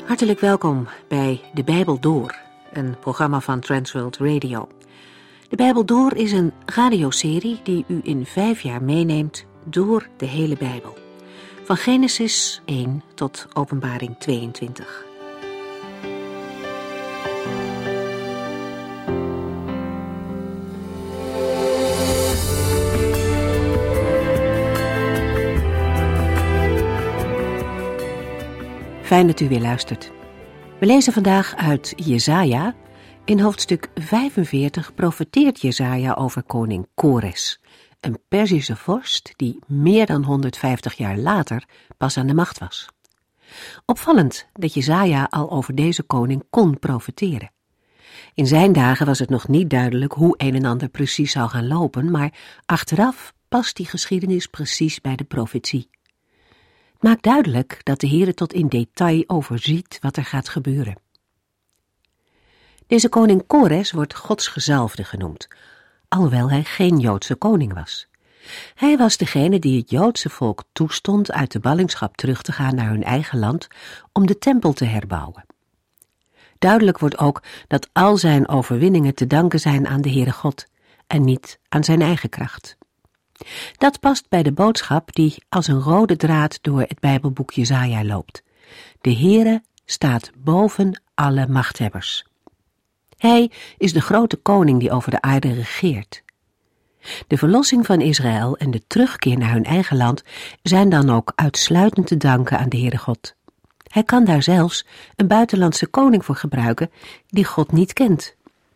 Hartelijk welkom bij De Bijbel Door, een programma van Transworld Radio. De Bijbel Door is een radioserie die u in 5 jaar meeneemt door de hele Bijbel. Van Genesis 1 tot Openbaring 22. Fijn dat u weer luistert. We lezen vandaag uit Jesaja. In hoofdstuk 45 profeteert Jesaja over koning Kores, een Perzische vorst die meer dan 150 jaar later pas aan de macht was. Opvallend dat Jesaja al over deze koning kon profeteren. In zijn dagen was het nog niet duidelijk hoe een en ander precies zou gaan lopen, maar achteraf past die geschiedenis precies bij de profetie. Het maakt duidelijk dat de Heere tot in detail overziet wat er gaat gebeuren. Deze koning Kores wordt Gods gezalfde genoemd, alhoewel hij geen Joodse koning was. Hij was degene die het Joodse volk toestond uit de ballingschap terug te gaan naar hun eigen land om de tempel te herbouwen. Duidelijk wordt ook dat al zijn overwinningen te danken zijn aan de Heere God en niet aan zijn eigen kracht. Dat past bij de boodschap die als een rode draad door het Bijbelboek Jesaja loopt. De Heere staat boven alle machthebbers. Hij is de grote koning die over de aarde regeert. De verlossing van Israël en de terugkeer naar hun eigen land zijn dan ook uitsluitend te danken aan de Heere God. Hij kan daar zelfs een buitenlandse koning voor gebruiken die God niet kent.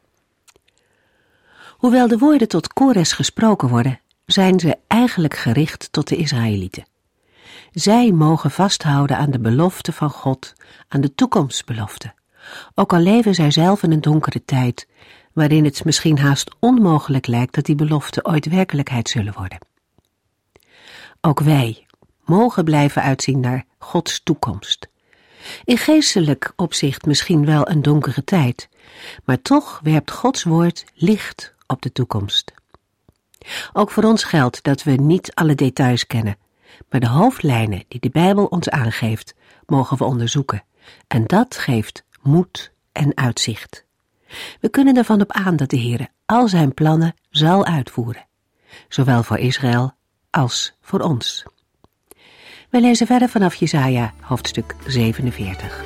Hoewel de woorden tot Kores gesproken worden, zijn ze eigenlijk gericht tot de Israëlieten. Zij mogen vasthouden aan de belofte van God, aan de toekomstbelofte. Ook al leven zij zelf in een donkere tijd, waarin het misschien haast onmogelijk lijkt dat die beloften ooit werkelijkheid zullen worden. Ook wij mogen blijven uitzien naar Gods toekomst. In geestelijk opzicht misschien wel een donkere tijd, maar toch werpt Gods woord licht op de toekomst. Ook voor ons geldt dat we niet alle details kennen, maar de hoofdlijnen die de Bijbel ons aangeeft, mogen we onderzoeken. En dat geeft moed en uitzicht. We kunnen ervan op aan dat de Heere al zijn plannen zal uitvoeren, zowel voor Israël als voor ons. Wij lezen verder vanaf Jesaja, hoofdstuk 47.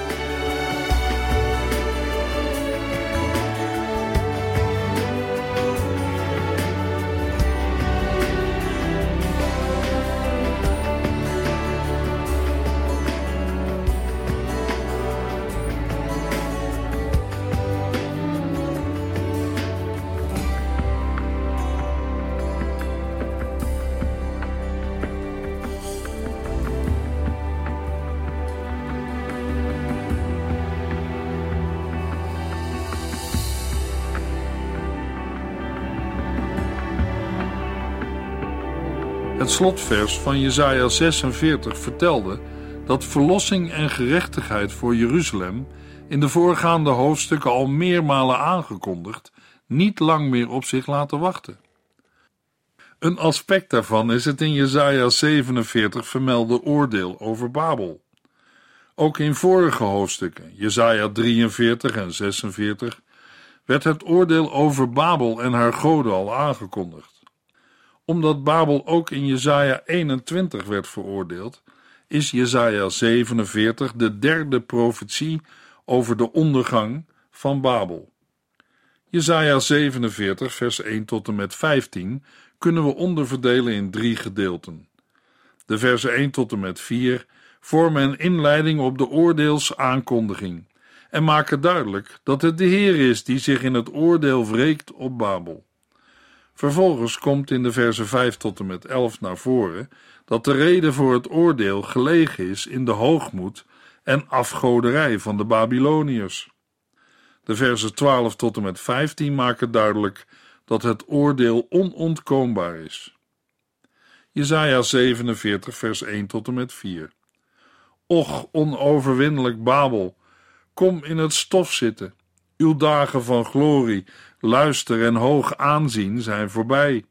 Het slotvers van Jesaja 46 vertelde dat verlossing en gerechtigheid voor Jeruzalem, in de voorgaande hoofdstukken al meermalen aangekondigd, niet lang meer op zich laten wachten. Een aspect daarvan is het in Jesaja 47 vermelde oordeel over Babel. Ook in vorige hoofdstukken, Jesaja 43 en 46, werd het oordeel over Babel en haar goden al aangekondigd. Omdat Babel ook in Jesaja 21 werd veroordeeld, is Jesaja 47 de derde profetie over de ondergang van Babel. Jesaja 47 vers 1 tot en met 15 kunnen we onderverdelen in 3 gedeelten. De versen 1 tot en met 4 vormen een inleiding op de oordeelsaankondiging en maken duidelijk dat het de Heer is die zich in het oordeel wreekt op Babel. Vervolgens komt in de versen 5 tot en met 11 naar voren dat de reden voor het oordeel gelegen is in de hoogmoed en afgoderij van de Babyloniërs. De versen 12 tot en met 15 maken duidelijk dat het oordeel onontkoombaar is. Jesaja 47 vers 1 tot en met 4. Och, onoverwinnelijk Babel, kom in het stof zitten. Uw dagen van glorie, luister en hoog aanzien zijn voorbij.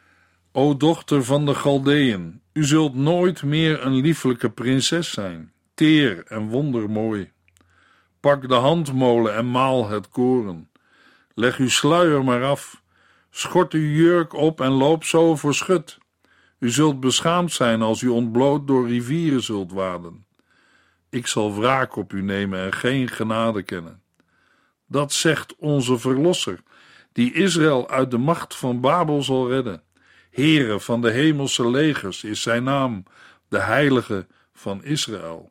O dochter van de Galdeën, u zult nooit meer een liefelijke prinses zijn. teer en wondermooi. Pak de handmolen en maal het koren. Leg uw sluier maar af, schort uw jurk op en loop zo voor schut. U zult beschaamd zijn als u ontbloot door rivieren zult waden. Ik zal wraak op u nemen en geen genade kennen. Dat zegt onze Verlosser, die Israël uit de macht van Babel zal redden. Heere van de hemelse legers is zijn naam, de Heilige van Israël.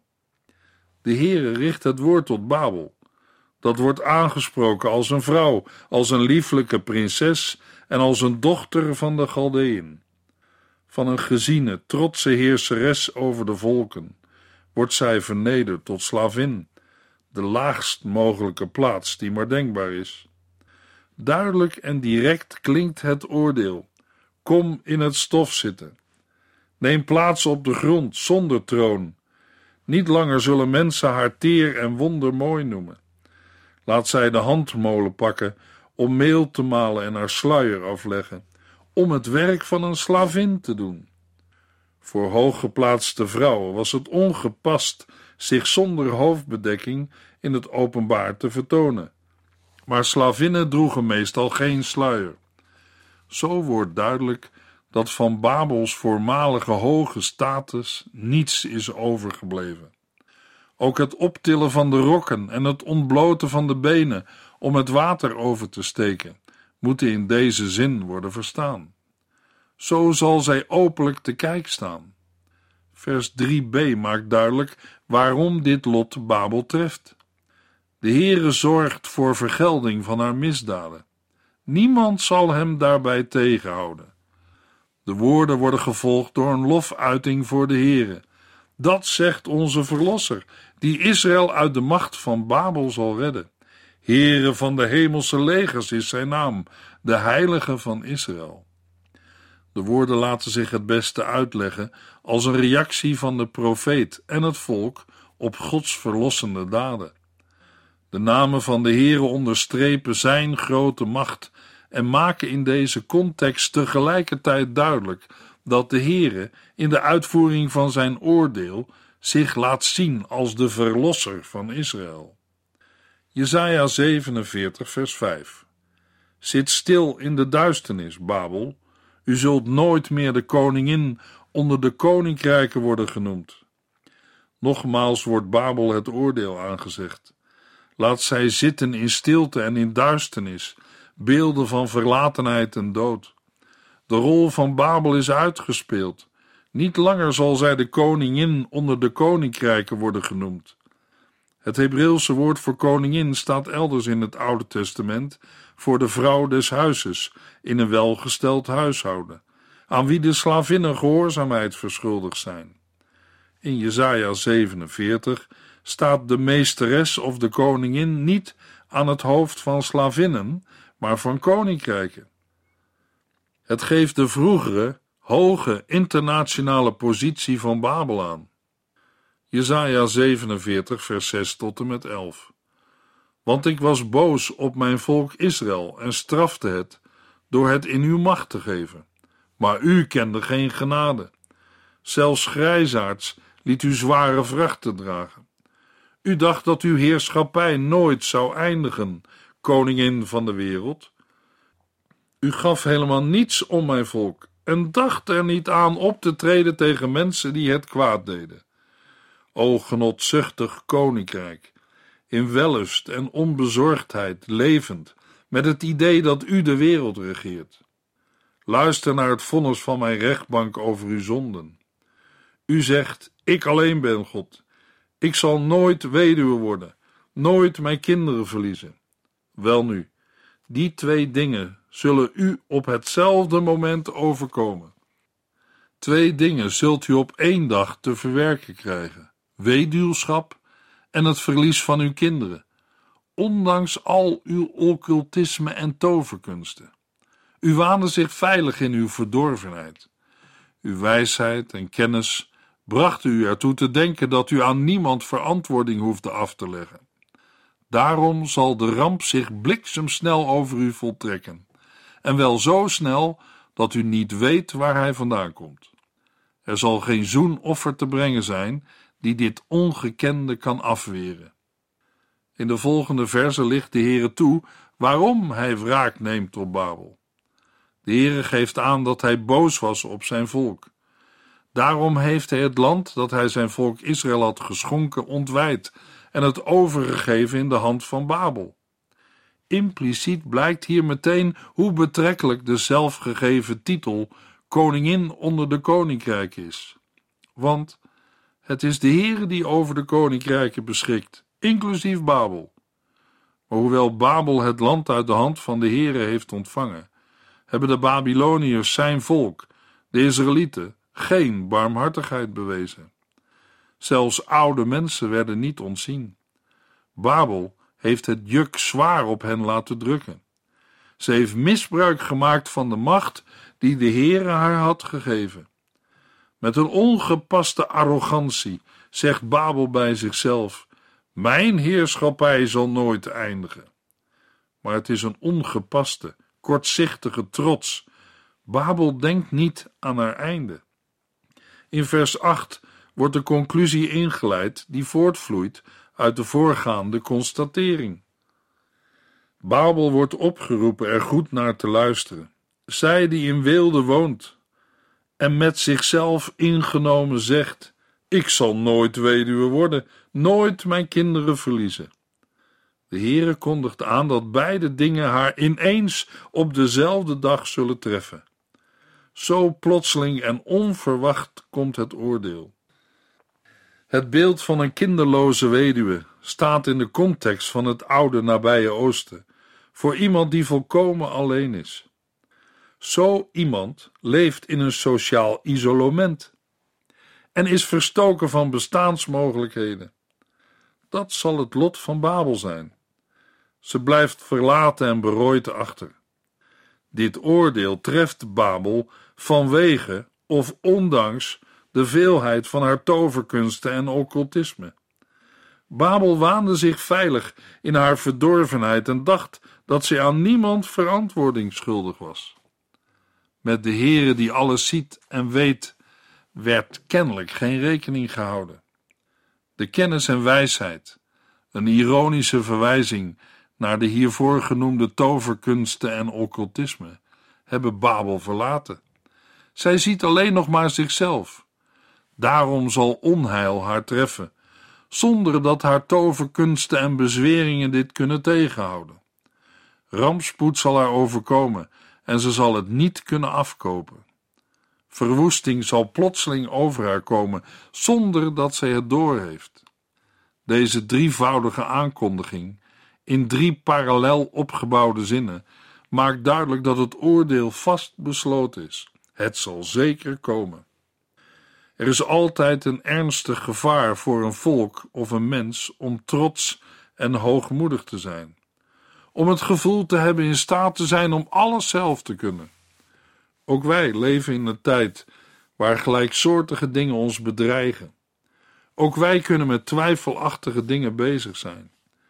De Heere richt het woord tot Babel. Dat wordt aangesproken als een vrouw, als een lieflijke prinses en als een dochter van de Galdeën. Van een geziene, trotse heerseres over de volken wordt zij vernederd tot slavin, de laagst mogelijke plaats die maar denkbaar is. Duidelijk en direct klinkt het oordeel: kom in het stof zitten. Neem plaats op de grond zonder troon. Niet langer zullen mensen haar teer en wondermooi noemen. Laat zij de handmolen pakken om meel te malen en haar sluier afleggen, om het werk van een slavin te doen. Voor hooggeplaatste vrouwen was het ongepast zich zonder hoofdbedekking in het openbaar te vertonen. Maar slavinnen droegen meestal geen sluier. Zo wordt duidelijk dat van Babels voormalige hoge status niets is overgebleven. Ook het optillen van de rokken en het ontbloten van de benen om het water over te steken, moeten in deze zin worden verstaan. Zo zal zij openlijk te kijk staan. Vers 3b maakt duidelijk waarom dit lot Babel treft. De Heere zorgt voor vergelding van haar misdaden. Niemand zal hem daarbij tegenhouden. De woorden worden gevolgd door een lofuiting voor de Heere. Dat zegt onze Verlosser, die Israël uit de macht van Babel zal redden. Heere van de hemelse legers is zijn naam, de Heilige van Israël. De woorden laten zich het beste uitleggen als een reactie van de profeet en het volk op Gods verlossende daden. De namen van de Heere onderstrepen zijn grote macht en maken in deze context tegelijkertijd duidelijk dat de Heere in de uitvoering van zijn oordeel zich laat zien als de Verlosser van Israël. Jesaja 47 vers 5. Zit stil in de duisternis, Babel. U zult nooit meer de koningin onder de koninkrijken worden genoemd. Nogmaals wordt Babel het oordeel aangezegd. Laat zij zitten in stilte en in duisternis, beelden van verlatenheid en dood. De rol van Babel is uitgespeeld. Niet langer zal zij de koningin onder de koninkrijken worden genoemd. Het Hebreeuwse woord voor koningin staat elders in het Oude Testament voor de vrouw des huizes in een welgesteld huishouden, aan wie de slavinnen gehoorzaamheid verschuldigd zijn. In Jesaja 47 staat de meesteres of de koningin niet aan het hoofd van slavinnen, maar van koninkrijken. Het geeft de vroegere, hoge internationale positie van Babel aan. Jesaja 47 vers 6 tot en met 11. Want ik was boos op mijn volk Israël en strafte het door het in uw macht te geven. Maar u kende geen genade. Zelfs grijsaards liet u zware vrachten dragen. U dacht dat uw heerschappij nooit zou eindigen, koningin van de wereld. U gaf helemaal niets om mijn volk en dacht er niet aan op te treden tegen mensen die het kwaad deden. O genotzuchtig koninkrijk, in wellust en onbezorgdheid levend, met het idee dat u de wereld regeert. Luister naar het vonnis van mijn rechtbank over uw zonden. U zegt, ik alleen ben God. Ik zal nooit weduwe worden, nooit mijn kinderen verliezen. Welnu, die twee dingen zullen u op hetzelfde moment overkomen. Twee dingen zult u op één dag te verwerken krijgen: weduwschap en het verlies van uw kinderen, ondanks al uw occultisme en toverkunsten. U waande zich veilig in uw verdorvenheid. Uw wijsheid en kennis brachten u ertoe te denken dat u aan niemand verantwoording hoefde af te leggen. Daarom zal de ramp zich bliksemsnel over u voltrekken, en wel zo snel dat u niet weet waar hij vandaan komt. Er zal geen zoenoffer te brengen zijn die dit ongekende kan afweren. In de volgende verse licht de Heere toe waarom hij wraak neemt op Babel. De Heere geeft aan dat hij boos was op zijn volk. Daarom heeft hij het land dat hij zijn volk Israël had geschonken ontwijd en het overgegeven in de hand van Babel. Impliciet blijkt hier meteen hoe betrekkelijk de zelfgegeven titel koningin onder de koninkrijken is. Want het is de Heere die over de koninkrijken beschikt, inclusief Babel. Maar hoewel Babel het land uit de hand van de Heere heeft ontvangen, hebben de Babyloniërs zijn volk, de Israëlieten, geen barmhartigheid bewezen. Zelfs oude mensen werden niet ontzien. Babel heeft het juk zwaar op hen laten drukken. Ze heeft misbruik gemaakt van de macht die de Heere haar had gegeven. Met een ongepaste arrogantie zegt Babel bij zichzelf: mijn heerschappij zal nooit eindigen. Maar het is een ongepaste, kortzichtige trots. Babel denkt niet aan haar einde. In vers 8 wordt de conclusie ingeleid die voortvloeit uit de voorgaande constatering. Babel wordt opgeroepen er goed naar te luisteren. Zij die in weelde woont en met zichzelf ingenomen zegt: ik zal nooit weduwe worden, nooit mijn kinderen verliezen. De Heere kondigt aan dat beide dingen haar ineens op dezelfde dag zullen treffen. Zo plotseling en onverwacht komt het oordeel. Het beeld van een kinderloze weduwe staat in de context van het oude nabije Oosten, voor iemand die volkomen alleen is. Zo iemand leeft in een sociaal isolement en is verstoken van bestaansmogelijkheden. Dat zal het lot van Babel zijn. Ze blijft verlaten en berooid achter. Dit oordeel treft Babel vanwege of ondanks de veelheid van haar toverkunsten en occultisme. Babel waande zich veilig in haar verdorvenheid en dacht dat zij aan niemand verantwoording schuldig was. Met de Heere die alles ziet en weet, werd kennelijk geen rekening gehouden. De kennis en wijsheid, een ironische verwijzing naar de hiervoor genoemde toverkunsten en occultisme, hebben Babel verlaten. Zij ziet alleen nog maar zichzelf. Daarom zal onheil haar treffen, zonder dat haar toverkunsten en bezweringen dit kunnen tegenhouden. Rampspoed zal haar overkomen en ze zal het niet kunnen afkopen. Verwoesting zal plotseling over haar komen, zonder dat zij het doorheeft. Deze drievoudige aankondiging, in 3 parallel opgebouwde zinnen, maakt duidelijk dat het oordeel vast besloten is. Het zal zeker komen. Er is altijd een ernstig gevaar voor een volk of een mens om trots en hoogmoedig te zijn. Om het gevoel te hebben in staat te zijn om alles zelf te kunnen. Ook wij leven in een tijd waar gelijksoortige dingen ons bedreigen. Ook wij kunnen met twijfelachtige dingen bezig zijn.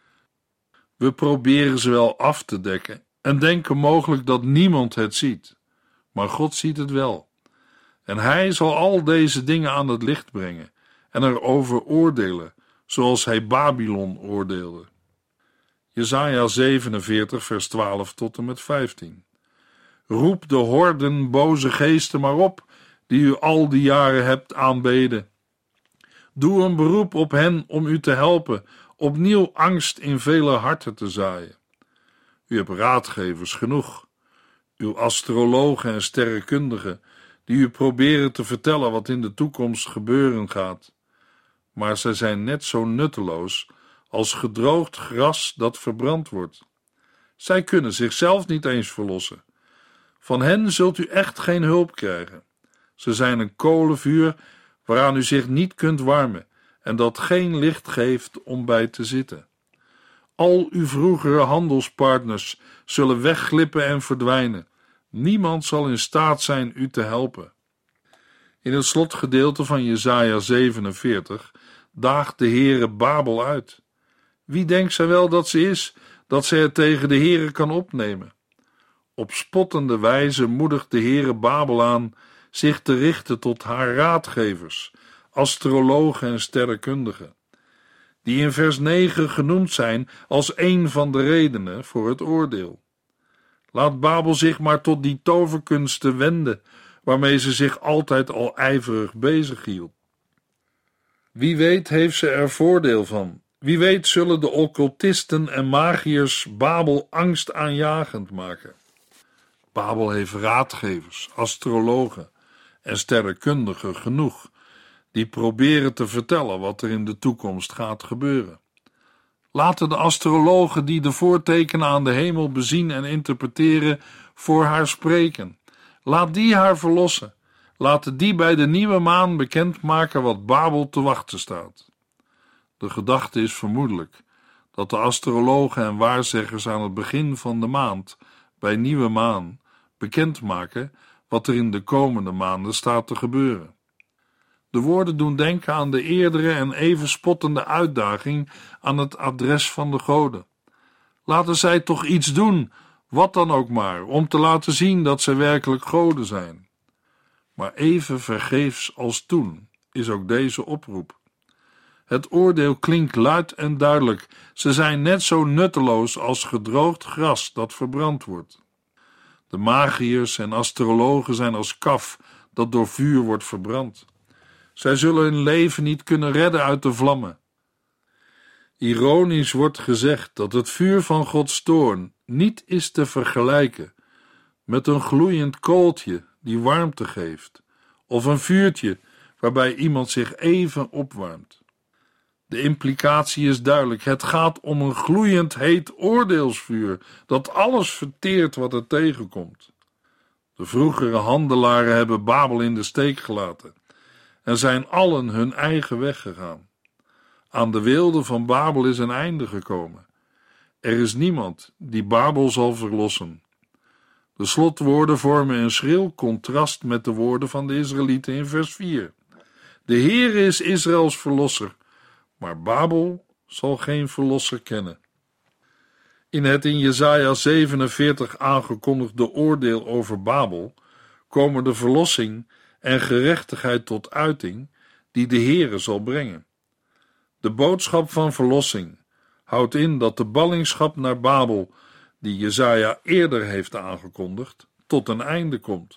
We proberen ze wel af te dekken en denken mogelijk dat niemand het ziet. Maar God ziet het wel. En hij zal al deze dingen aan het licht brengen en erover oordelen, zoals hij Babylon oordeelde. Jesaja 47 vers 12 tot en met 15. Roep de horden boze geesten maar op, die u al die jaren hebt aanbeden. Doe een beroep op hen om u te helpen, opnieuw angst in vele harten te zaaien. U hebt raadgevers genoeg, uw astrologen en sterrenkundigen, die u proberen te vertellen wat in de toekomst gebeuren gaat. Maar zij zijn net zo nutteloos als gedroogd gras dat verbrand wordt. Zij kunnen zichzelf niet eens verlossen. Van hen zult u echt geen hulp krijgen. Ze zijn een kolenvuur waaraan u zich niet kunt warmen en dat geen licht geeft om bij te zitten. Al uw vroegere handelspartners zullen wegglippen en verdwijnen. Niemand zal in staat zijn u te helpen. In het slotgedeelte van Jesaja 47 daagt de Heere Babel uit. Wie denkt zij wel dat ze is, dat zij het tegen de Heere kan opnemen? Op spottende wijze moedigt de Heere Babel aan zich te richten tot haar raadgevers, astrologen en sterrenkundigen, die in vers 9 genoemd zijn als een van de redenen voor het oordeel. Laat Babel zich maar tot die toverkunsten wenden, waarmee ze zich altijd al ijverig bezighield. Wie weet heeft ze er voordeel van. Wie weet zullen de occultisten en magiërs Babel angstaanjagend maken. Babel heeft raadgevers, astrologen en sterrenkundigen genoeg, die proberen te vertellen wat er in de toekomst gaat gebeuren. Laten de astrologen die de voortekenen aan de hemel bezien en interpreteren, voor haar spreken. Laat die haar verlossen. Laten die bij de nieuwe maan bekendmaken wat Babel te wachten staat. De gedachte is vermoedelijk dat de astrologen en waarzeggers aan het begin van de maand, bij nieuwe maan, bekendmaken wat er in de komende maanden staat te gebeuren. De woorden doen denken aan de eerdere en even spottende uitdaging aan het adres van de goden. Laten zij toch iets doen, wat dan ook maar, om te laten zien dat zij werkelijk goden zijn. Maar even vergeefs als toen is ook deze oproep. Het oordeel klinkt luid en duidelijk. Ze zijn net zo nutteloos als gedroogd gras dat verbrand wordt. De magiërs en astrologen zijn als kaf dat door vuur wordt verbrand. Zij zullen hun leven niet kunnen redden uit de vlammen. Ironisch wordt gezegd dat het vuur van Gods toorn niet is te vergelijken met een gloeiend kooltje die warmte geeft, of een vuurtje waarbij iemand zich even opwarmt. De implicatie is duidelijk. Het gaat om een gloeiend heet oordeelsvuur dat alles verteert wat er tegenkomt. De vroegere handelaren hebben Babel in de steek gelaten en zijn allen hun eigen weg gegaan. Aan de weelde van Babel is een einde gekomen. Er is niemand die Babel zal verlossen. De slotwoorden vormen een schril contrast met de woorden van de Israëlieten in vers 4. De Heere is Israëls verlosser, maar Babel zal geen verlosser kennen. In het in Jesaja 47 aangekondigde oordeel over Babel komen de verlossing en gerechtigheid tot uiting die de Heere zal brengen. De boodschap van verlossing houdt in dat de ballingschap naar Babel, die Jesaja eerder heeft aangekondigd, tot een einde komt.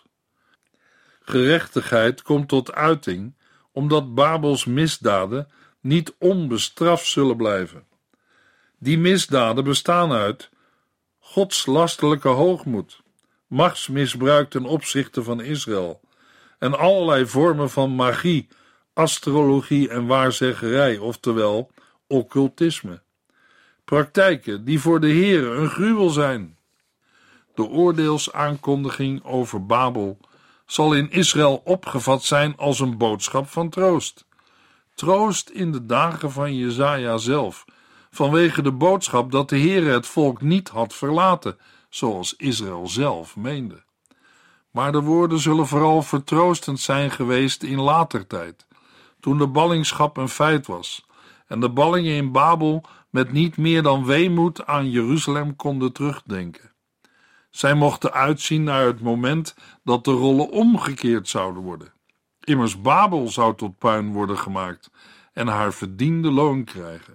Gerechtigheid komt tot uiting omdat Babels misdaden niet onbestraft zullen blijven. Die misdaden bestaan uit godslasterlijke hoogmoed, machtsmisbruik ten opzichte van Israël en allerlei vormen van magie, astrologie en waarzeggerij, oftewel occultisme. Praktijken die voor de Heere een gruwel zijn. De oordeelsaankondiging over Babel zal in Israël opgevat zijn als een boodschap van troost. Troost in de dagen van Jesaja zelf, vanwege de boodschap dat de Heere het volk niet had verlaten, zoals Israël zelf meende. Maar de woorden zullen vooral vertroostend zijn geweest in later tijd, toen de ballingschap een feit was en de ballingen in Babel met niet meer dan weemoed aan Jeruzalem konden terugdenken. Zij mochten uitzien naar het moment dat de rollen omgekeerd zouden worden. Immers Babel zou tot puin worden gemaakt en haar verdiende loon krijgen.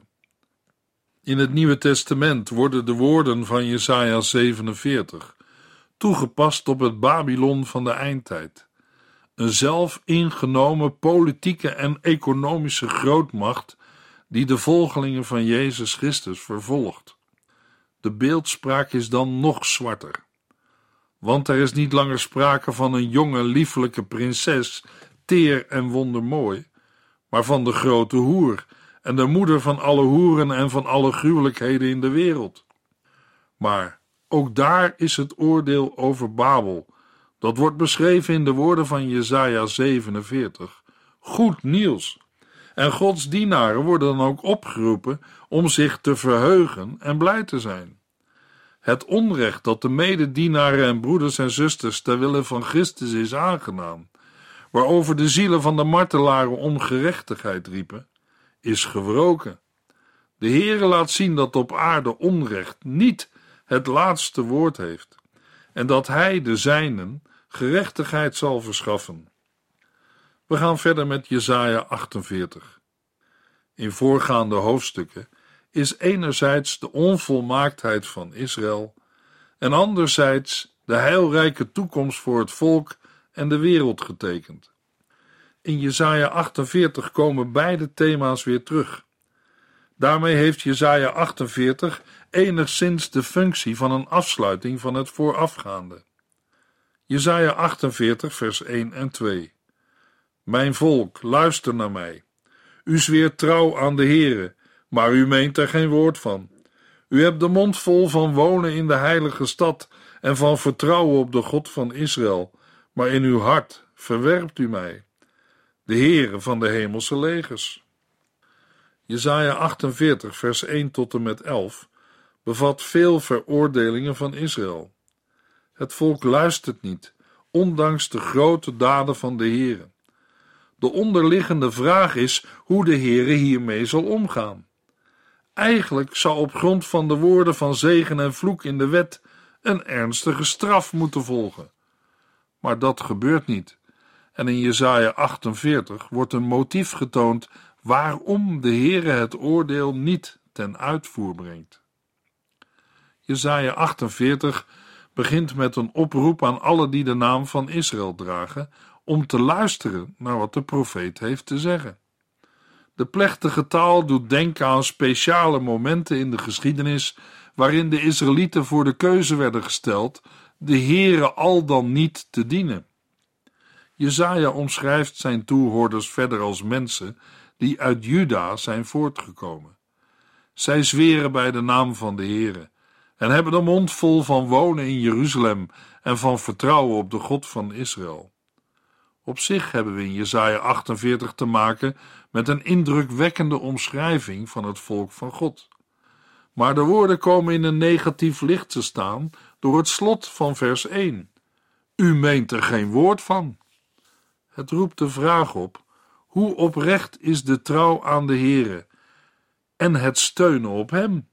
In het Nieuwe Testament worden de woorden van Jesaja 47 toegepast op het Babylon van de eindtijd. Een zelf ingenomen politieke en economische grootmacht die de volgelingen van Jezus Christus vervolgt. De beeldspraak is dan nog zwarter. Want er is niet langer sprake van een jonge, liefelijke prinses, teer en wondermooi, maar van de grote hoer en de moeder van alle hoeren en van alle gruwelijkheden in de wereld. Maar ook daar is het oordeel over Babel, dat wordt beschreven in de woorden van Jesaja 47, goed nieuws. En Gods dienaren worden dan ook opgeroepen om zich te verheugen en blij te zijn. Het onrecht dat de mededienaren en broeders en zusters ter wille van Christus is aangedaan, waarover de zielen van de martelaren om gerechtigheid riepen, is gewroken. De Heere laat zien dat op aarde onrecht niet het laatste woord heeft en dat Hij de zijnen gerechtigheid zal verschaffen. We gaan verder met Jesaja 48. In voorgaande hoofdstukken is enerzijds de onvolmaaktheid van Israël en anderzijds de heilrijke toekomst voor het volk en de wereld getekend. In Jesaja 48 komen beide thema's weer terug. Daarmee heeft Jesaja 48 enigszins de functie van een afsluiting van het voorafgaande. Jesaja 48 vers 1 en 2. Mijn volk, luister naar mij. U zweert trouw aan de Heere, maar u meent er geen woord van. U hebt de mond vol van wonen in de heilige stad en van vertrouwen op de God van Israël, maar in uw hart verwerpt u mij, de Heere van de hemelse legers. Jesaja 48 vers 1 tot en met 11 bevat veel veroordelingen van Israël. Het volk luistert niet, ondanks de grote daden van de Heere. De onderliggende vraag is hoe de Heere hiermee zal omgaan. Eigenlijk zou op grond van de woorden van zegen en vloek in de wet een ernstige straf moeten volgen. Maar dat gebeurt niet. En in Jesaja 48 wordt een motief getoond waarom de Heere het oordeel niet ten uitvoer brengt. Jesaja 48 begint met een oproep aan alle die de naam van Israël dragen, om te luisteren naar wat de profeet heeft te zeggen. De plechtige taal doet denken aan speciale momenten in de geschiedenis waarin de Israëlieten voor de keuze werden gesteld de Heere al dan niet te dienen. Jesaja omschrijft zijn toehoorders verder als mensen die uit Juda zijn voortgekomen. Zij zweren bij de naam van de Heere en hebben de mond vol van wonen in Jeruzalem en van vertrouwen op de God van Israël. Op zich hebben we in Jesaja 48 te maken met een indrukwekkende omschrijving van het volk van God. Maar de woorden komen in een negatief licht te staan door het slot van vers 1. U meent er geen woord van. Het roept de vraag op: hoe oprecht is de trouw aan de Heere en het steunen op hem?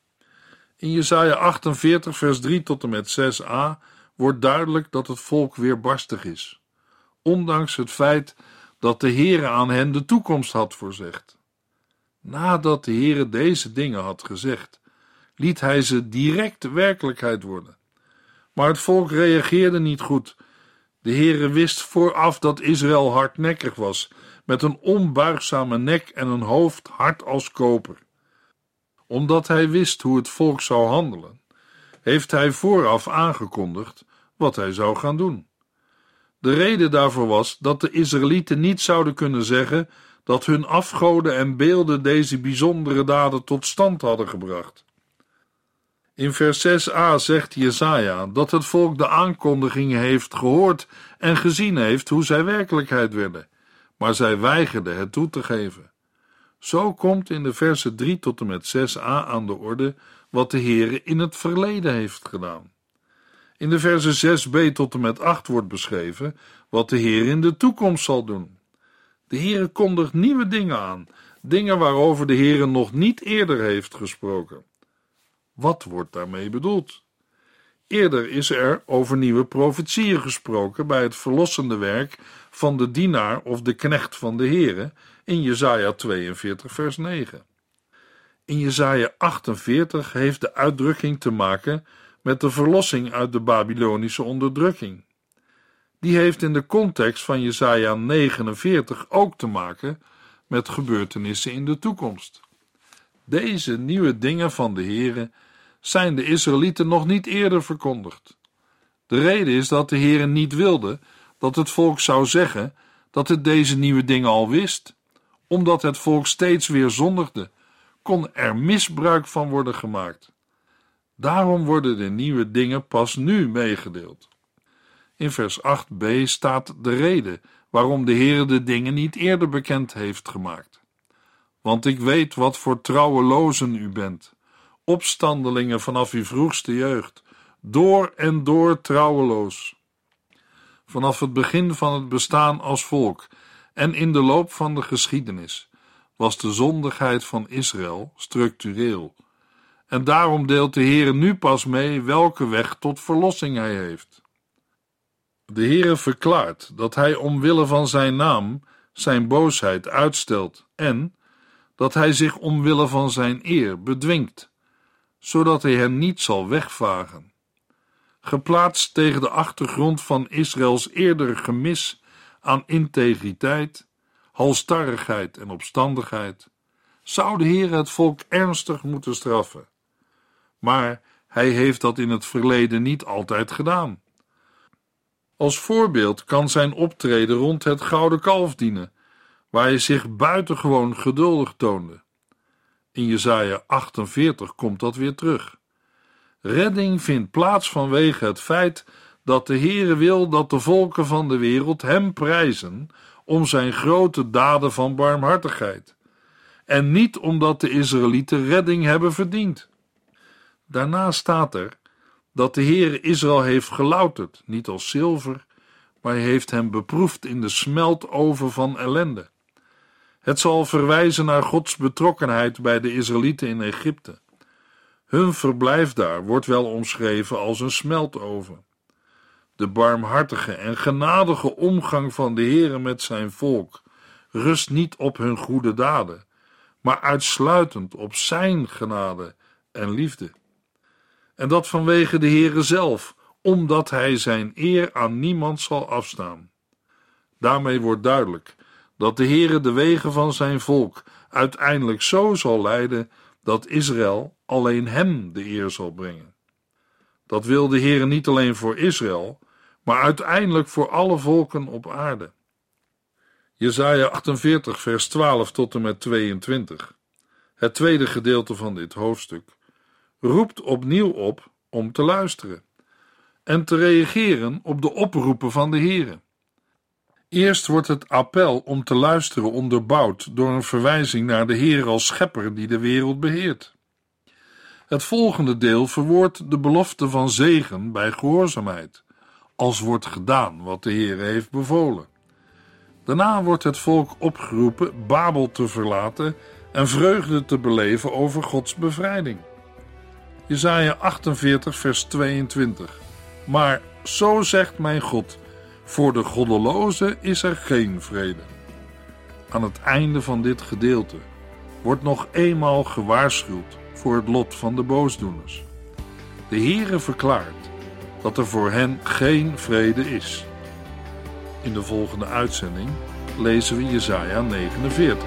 In Jesaja 48 vers 3 tot en met 6a wordt duidelijk dat het volk weerbarstig is, ondanks het feit dat de Heere aan hen de toekomst had voorzegd. Nadat de Heere deze dingen had gezegd, liet hij ze direct werkelijkheid worden. Maar het volk reageerde niet goed. De Heere wist vooraf dat Israël hardnekkig was, met een onbuigzame nek en een hoofd hard als koper. Omdat hij wist hoe het volk zou handelen, heeft hij vooraf aangekondigd wat hij zou gaan doen. De reden daarvoor was dat de Israëlieten niet zouden kunnen zeggen dat hun afgoden en beelden deze bijzondere daden tot stand hadden gebracht. In vers 6a zegt Jesaja dat het volk de aankondigingen heeft gehoord en gezien heeft hoe zij werkelijkheid werden, maar zij weigerden het toe te geven. Zo komt in de versen 3 tot en met 6a aan de orde wat de Heere in het verleden heeft gedaan. In de versen 6b tot en met 8 wordt beschreven wat de Heer in de toekomst zal doen. De Heer kondigt nieuwe dingen aan, dingen waarover de Heer nog niet eerder heeft gesproken. Wat wordt daarmee bedoeld? Eerder is er over nieuwe profetieën gesproken bij het verlossende werk van de dienaar of de knecht van de Heere in Jesaja 42 vers 9. In Jesaja 48 heeft de uitdrukking te maken met de verlossing uit de Babylonische onderdrukking. Die heeft in de context van Jesaja 49 ook te maken met gebeurtenissen in de toekomst. Deze nieuwe dingen van de Heere zijn de Israëlieten nog niet eerder verkondigd. De reden is dat de Heere niet wilde dat het volk zou zeggen dat het deze nieuwe dingen al wist. Omdat het volk steeds weer zondigde, kon er misbruik van worden gemaakt. Daarom worden de nieuwe dingen pas nu meegedeeld. In vers 8b staat de reden waarom de Heere de dingen niet eerder bekend heeft gemaakt. Want ik weet wat voor trouwelozen u bent, opstandelingen vanaf uw vroegste jeugd, door en door trouweloos. Vanaf het begin van het bestaan als volk en in de loop van de geschiedenis was de zondigheid van Israël structureel. En daarom deelt de Heere nu pas mee welke weg tot verlossing hij heeft. De Heere verklaart dat hij omwille van zijn naam zijn boosheid uitstelt en dat hij zich omwille van zijn eer bedwingt, zodat hij hen niet zal wegvagen. Geplaatst tegen de achtergrond van Israëls eerdere gemis aan integriteit, halsstarrigheid en opstandigheid, zou de Heer het volk ernstig moeten straffen. Maar hij heeft dat in het verleden niet altijd gedaan. Als voorbeeld kan zijn optreden rond het gouden kalf dienen, waar hij zich buitengewoon geduldig toonde. In Jesaja 48 komt dat weer terug. Redding vindt plaats vanwege het feit dat de Heere wil dat de volken van de wereld hem prijzen om zijn grote daden van barmhartigheid, en niet omdat de Israëlieten redding hebben verdiend. Daarna staat er dat de Heere Israël heeft gelouterd, niet als zilver, maar hij heeft hem beproefd in de smeltoven van ellende. Het zal verwijzen naar Gods betrokkenheid bij de Israëlieten in Egypte. Hun verblijf daar wordt wel omschreven als een smeltoven. De barmhartige en genadige omgang van de Heere met zijn volk rust niet op hun goede daden, maar uitsluitend op zijn genade en liefde. En dat vanwege de Heere zelf, omdat hij zijn eer aan niemand zal afstaan. Daarmee wordt duidelijk dat de Heere de wegen van zijn volk uiteindelijk zo zal leiden dat Israël alleen hem de eer zal brengen. Dat wil de Heere niet alleen voor Israël, maar uiteindelijk voor alle volken op aarde. Jesaja 48 vers 12 tot en met 22, het tweede gedeelte van dit hoofdstuk, roept opnieuw op om te luisteren en te reageren op de oproepen van de Heere. Eerst wordt het appel om te luisteren onderbouwd door een verwijzing naar de Heer als schepper die de wereld beheert. Het volgende deel verwoordt de belofte van zegen bij gehoorzaamheid, als wordt gedaan wat de Heer heeft bevolen. Daarna wordt het volk opgeroepen Babel te verlaten en vreugde te beleven over Gods bevrijding. Jesaja 48 vers 22. Maar zo zegt mijn God, voor de goddeloze is er geen vrede. Aan het einde van dit gedeelte wordt nog eenmaal gewaarschuwd voor het lot van de boosdoeners. De Heere verklaart dat er voor hen geen vrede is. In de volgende uitzending lezen we Jesaja 49.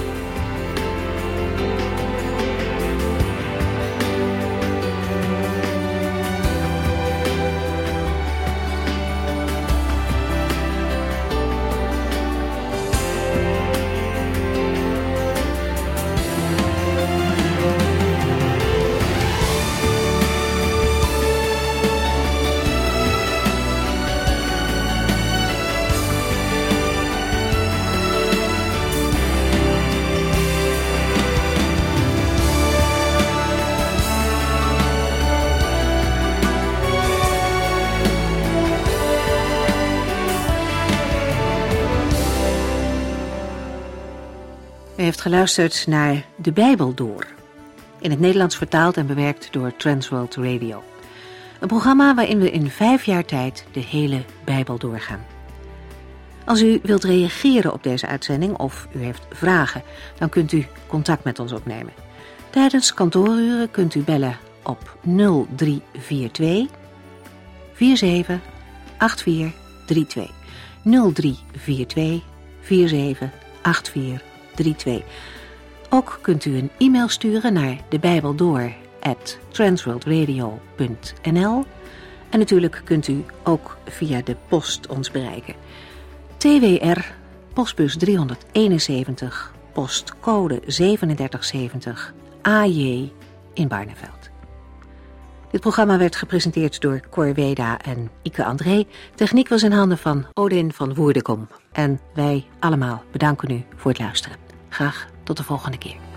U heeft geluisterd naar De Bijbel Door, in het Nederlands vertaald en bewerkt door Transworld Radio. Een programma waarin we in 5 jaar tijd de hele Bijbel doorgaan. Als u wilt reageren op deze uitzending of u heeft vragen, dan kunt u contact met ons opnemen. Tijdens kantooruren kunt u bellen op 0342 47 8432. 0342 47 8432. Ook kunt u een e-mail sturen naar debijbeldoor@transworldradio.nl en natuurlijk kunt u ook via de post ons bereiken. TWR, postbus 371, postcode 3770, AJ in Barneveld. Dit programma werd gepresenteerd door Cor Weda en Ike André. Techniek was in handen van Odin van Woerdekom. En wij allemaal bedanken u voor het luisteren. Graag tot de volgende keer.